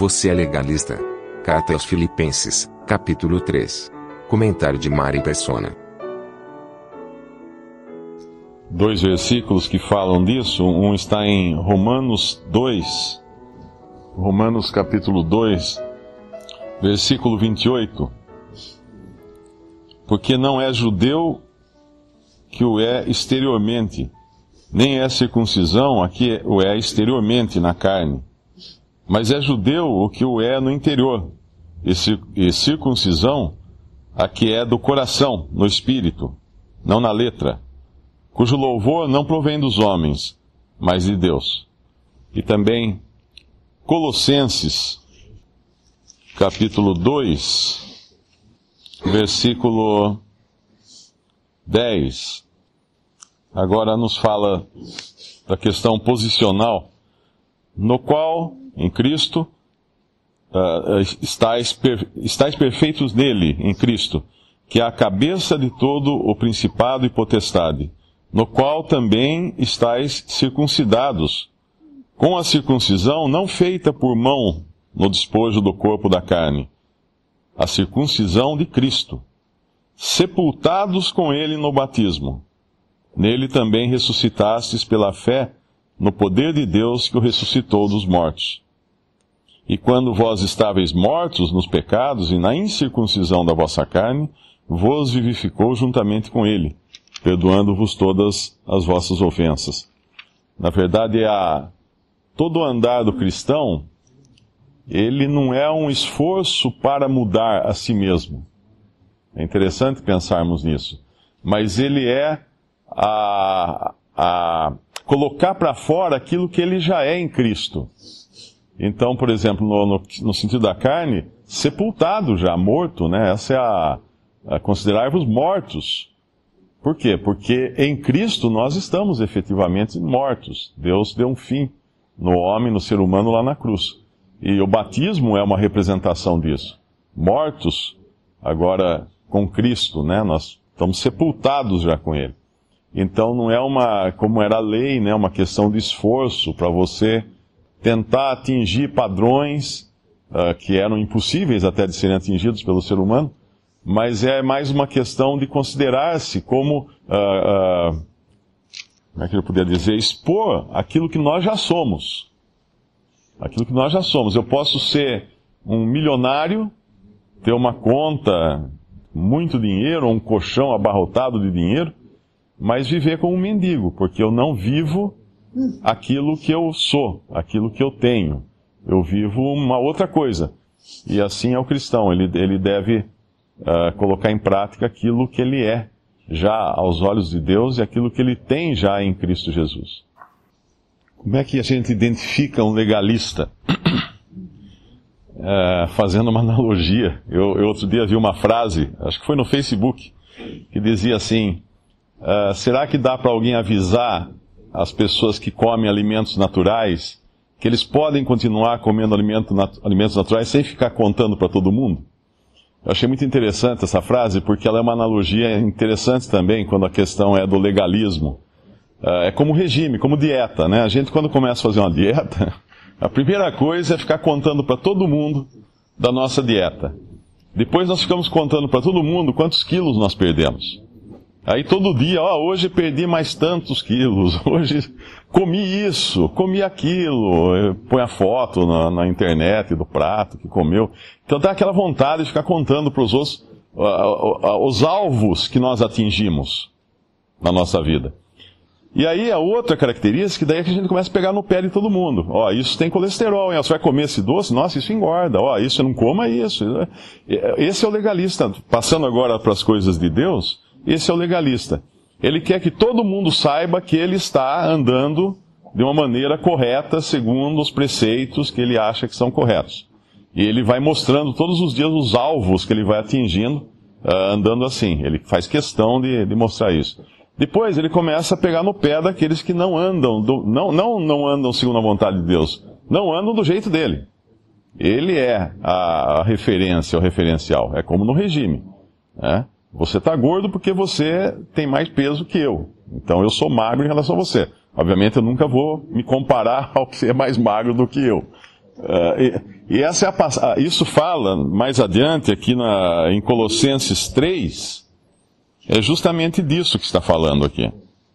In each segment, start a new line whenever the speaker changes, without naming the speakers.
Você é legalista? Carta aos Filipenses, capítulo 3. Comentário de Mari Persona.
2 versículos que falam disso. Um está em Romanos 2, Romanos capítulo 2, versículo 28. Porque não é judeu que o é exteriormente, nem é circuncisão a que o é exteriormente na carne, mas é judeu o que o é no interior, e circuncisão a que é do coração, no espírito, não na letra, cujo louvor não provém dos homens, mas de Deus. E também Colossenses, capítulo 2, versículo 10. Agora nos fala da questão posicional, no qual, em Cristo, estáis perfeitos nele, em Cristo, que é a cabeça de todo o principado e potestade, no qual também estáis circuncidados, com a circuncisão não feita por mão no despojo do corpo da carne, a circuncisão de Cristo, sepultados com ele no batismo. Nele também ressuscitastes pela fé no poder de Deus que o ressuscitou dos mortos. E quando vós estáveis mortos nos pecados e na incircuncisão da vossa carne, vos vivificou juntamente com ele, perdoando-vos todas as vossas ofensas. Na verdade, todo o andar do cristão, ele não é um esforço para mudar a si mesmo. É interessante pensarmos nisso. Mas ele é colocar para fora aquilo que ele já é em Cristo. Então, por exemplo, no sentido da carne, sepultado já, morto, né? Essa é considerar-vos mortos. Por quê? Porque em Cristo nós estamos efetivamente mortos. Deus deu um fim no homem, no ser humano lá na cruz. E o batismo é uma representação disso. Mortos, agora com Cristo, né? Nós estamos sepultados já com Ele. Então não é como era a lei, né? Uma questão de esforço para você tentar atingir padrões que eram impossíveis até de serem atingidos pelo ser humano, mas é mais uma questão de considerar-se como, como é que eu poderia dizer, expor aquilo que nós já somos. Aquilo que nós já somos. Eu posso ser um milionário, ter uma conta, muito dinheiro, ou um colchão abarrotado de dinheiro, mas viver como um mendigo, porque eu não vivo aquilo que eu sou, aquilo que eu tenho. Eu vivo uma outra coisa. E assim é o cristão, ele deve colocar em prática aquilo que ele é, já aos olhos de Deus, e aquilo que ele tem já em Cristo Jesus. Como é que a gente identifica um legalista? Fazendo uma analogia, eu outro dia vi uma frase, acho que foi no Facebook, que dizia assim: será que dá para alguém avisar as pessoas que comem alimentos naturais que eles podem continuar comendo alimentos naturais sem ficar contando para todo mundo? Eu achei muito interessante essa frase, porque ela é uma analogia interessante também quando a questão é do legalismo. É como regime, como dieta, né? A gente, quando começa a fazer uma dieta, a primeira coisa é ficar contando para todo mundo da nossa dieta. Depois nós ficamos contando para todo mundo quantos quilos nós perdemos. Aí todo dia, hoje perdi mais tantos quilos, hoje comi isso, comi aquilo, põe a foto na internet do prato que comeu. Então dá aquela vontade de ficar contando para os outros os alvos que nós atingimos na nossa vida. E aí a outra característica, daí é que a gente começa a pegar no pé de todo mundo. Isso tem colesterol, hein? Você vai comer esse doce? Nossa, isso engorda. Isso não coma isso. Esse é o legalista. Passando agora para as coisas de Deus, esse é o legalista. Ele quer que todo mundo saiba que ele está andando de uma maneira correta, segundo os preceitos que ele acha que são corretos. E ele vai mostrando todos os dias os alvos que ele vai atingindo, andando assim. Ele faz questão de mostrar isso. Depois ele começa a pegar no pé daqueles que não andam, não andam segundo a vontade de Deus, não andam do jeito dele. Ele é a referência, o referencial. É como no regime, né? Você está gordo porque você tem mais peso que eu. Então eu sou magro em relação a você. Obviamente eu nunca vou me comparar ao que é mais magro do que eu. E essa é isso fala mais adiante aqui em Colossenses 3, é justamente disso que está falando aqui.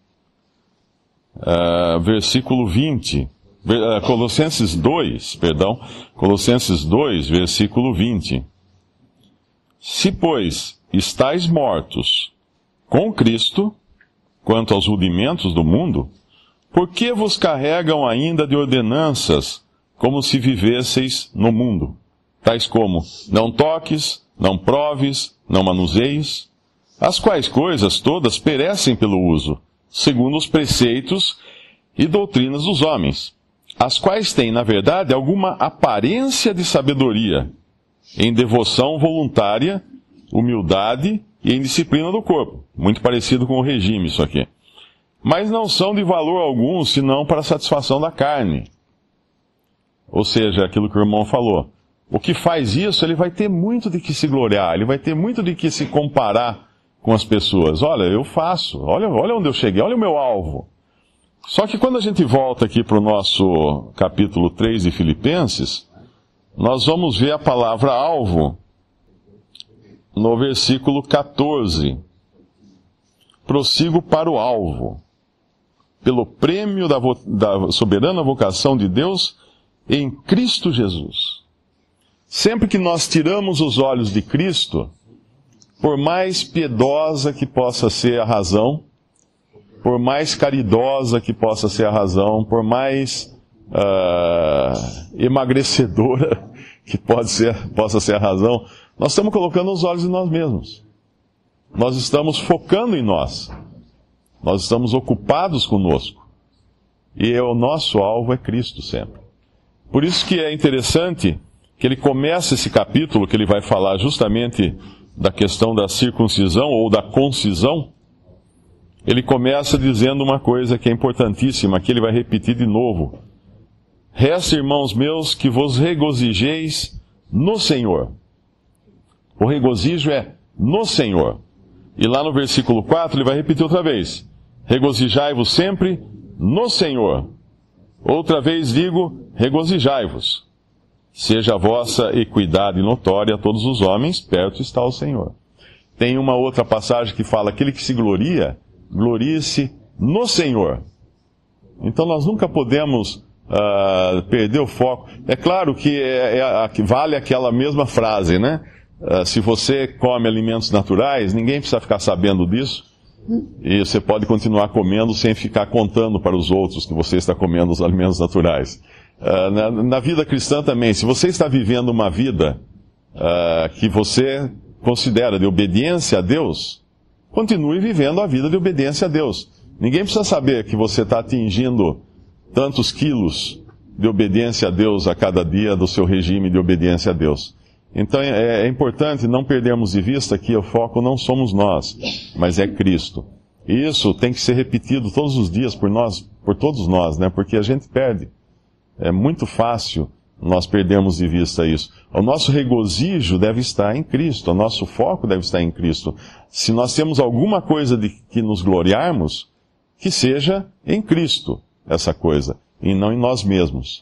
Versículo 20, Colossenses 2, versículo 20. Se, pois, estáis mortos com Cristo, quanto aos rudimentos do mundo, por que vos carregam ainda de ordenanças, como se vivesseis no mundo? Tais como, não toques, não proves, não manuseis, as quais coisas todas perecem pelo uso, segundo os preceitos e doutrinas dos homens, as quais têm, na verdade, alguma aparência de sabedoria, em devoção voluntária, humildade e em disciplina do corpo. Muito parecido com o regime isso aqui. Mas não são de valor algum, senão para a satisfação da carne. Ou seja, aquilo que o irmão falou. O que faz isso, ele vai ter muito de que se gloriar, ele vai ter muito de que se comparar com as pessoas. Olha, eu faço, olha onde eu cheguei, olha o meu alvo. Só que quando a gente volta aqui para o nosso capítulo 3 de Filipenses, nós vamos ver a palavra alvo no versículo 14. Prossigo para o alvo, pelo prêmio da soberana vocação de Deus em Cristo Jesus. Sempre que nós tiramos os olhos de Cristo, por mais piedosa que possa ser a razão, por mais caridosa que possa ser a razão, por mais emagrecedora que possa ser a razão, nós estamos colocando os olhos em nós mesmos. Nós estamos focando em nós. Nós estamos ocupados conosco. E o nosso alvo é Cristo sempre. Por isso que é interessante que ele começa esse capítulo, que ele vai falar justamente da questão da circuncisão ou da concisão. Ele começa dizendo uma coisa que é importantíssima, que ele vai repetir de novo. Resta, irmãos meus, que vos regozijeis no Senhor. O regozijo é no Senhor. E lá no versículo 4 ele vai repetir outra vez. Regozijai-vos sempre no Senhor. Outra vez digo, regozijai-vos. Seja a vossa equidade notória a todos os homens, perto está o Senhor. Tem uma outra passagem que fala, aquele que se gloria, glorie-se no Senhor. Então nós nunca podemos perder o foco. É claro que vale aquela mesma frase, né? Se você come alimentos naturais, ninguém precisa ficar sabendo disso. E você pode continuar comendo sem ficar contando para os outros que você está comendo os alimentos naturais. Na vida cristã também, se você está vivendo uma vida que você considera de obediência a Deus, continue vivendo a vida de obediência a Deus. Ninguém precisa saber que você está atingindo tantos quilos de obediência a Deus a cada dia do seu regime de obediência a Deus. Então é importante não perdermos de vista que o foco não somos nós, mas é Cristo. E isso tem que ser repetido todos os dias por todos nós, né? Porque a gente perde. É muito fácil nós perdermos de vista isso. O nosso regozijo deve estar em Cristo, o nosso foco deve estar em Cristo. Se nós temos alguma coisa de que nos gloriarmos, que seja em Cristo essa coisa, e não em nós mesmos.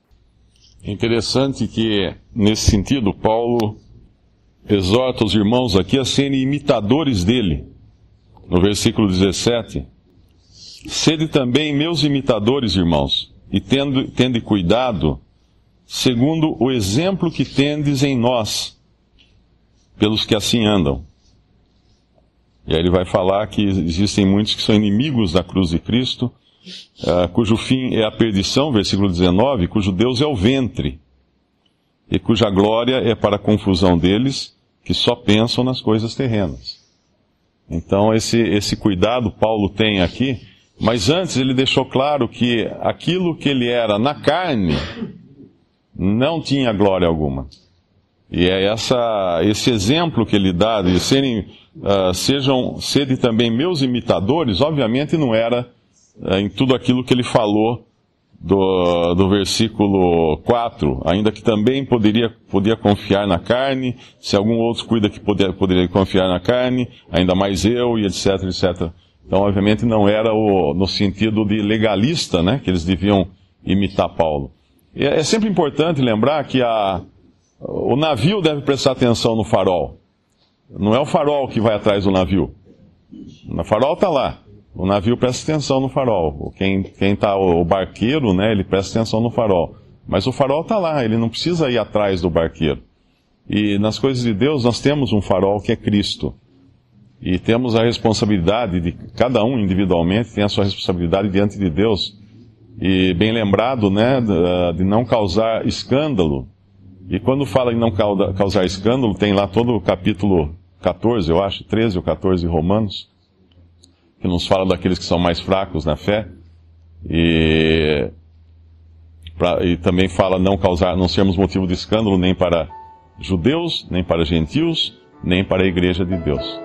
É interessante que, nesse sentido, Paulo exorta os irmãos aqui a serem imitadores dele. No versículo 17, sede também meus imitadores, irmãos, e tende cuidado, segundo o exemplo que tendes em nós, pelos que assim andam. E aí ele vai falar que existem muitos que são inimigos da cruz de Cristo, cujo fim é a perdição, versículo 19, cujo Deus é o ventre, e cuja glória é para a confusão deles, que só pensam nas coisas terrenas. Então esse cuidado Paulo tem aqui, mas antes ele deixou claro que aquilo que ele era na carne não tinha glória alguma. E é esse exemplo que ele dá de sede também meus imitadores, obviamente não era em tudo aquilo que ele falou do versículo 4, ainda que também podia confiar na carne, se algum outro cuida que poderia confiar na carne, ainda mais eu, e etc, etc. Então, obviamente, não era no sentido de legalista, né, que eles deviam imitar Paulo. É sempre importante lembrar que o navio deve prestar atenção no farol. Não é o farol que vai atrás do navio. O farol está lá. O navio presta atenção no farol. Quem tá, o barqueiro, né, ele presta atenção no farol. Mas o farol está lá, ele não precisa ir atrás do barqueiro. E nas coisas de Deus nós temos um farol que é Cristo. E temos a responsabilidade de, cada um individualmente tem a sua responsabilidade diante de Deus. E bem lembrado, né, de não causar escândalo. E quando fala em não causar escândalo, tem lá todo o capítulo 14, eu acho, 13 ou 14 de Romanos, que nos fala daqueles que são mais fracos na fé. E também fala não sermos motivo de escândalo nem para judeus, nem para gentios, nem para a igreja de Deus.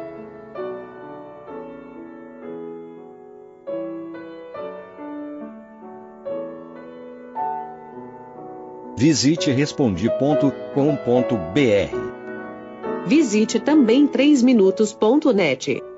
Visite Respondi.com.br.
Visite também 3minutos.net.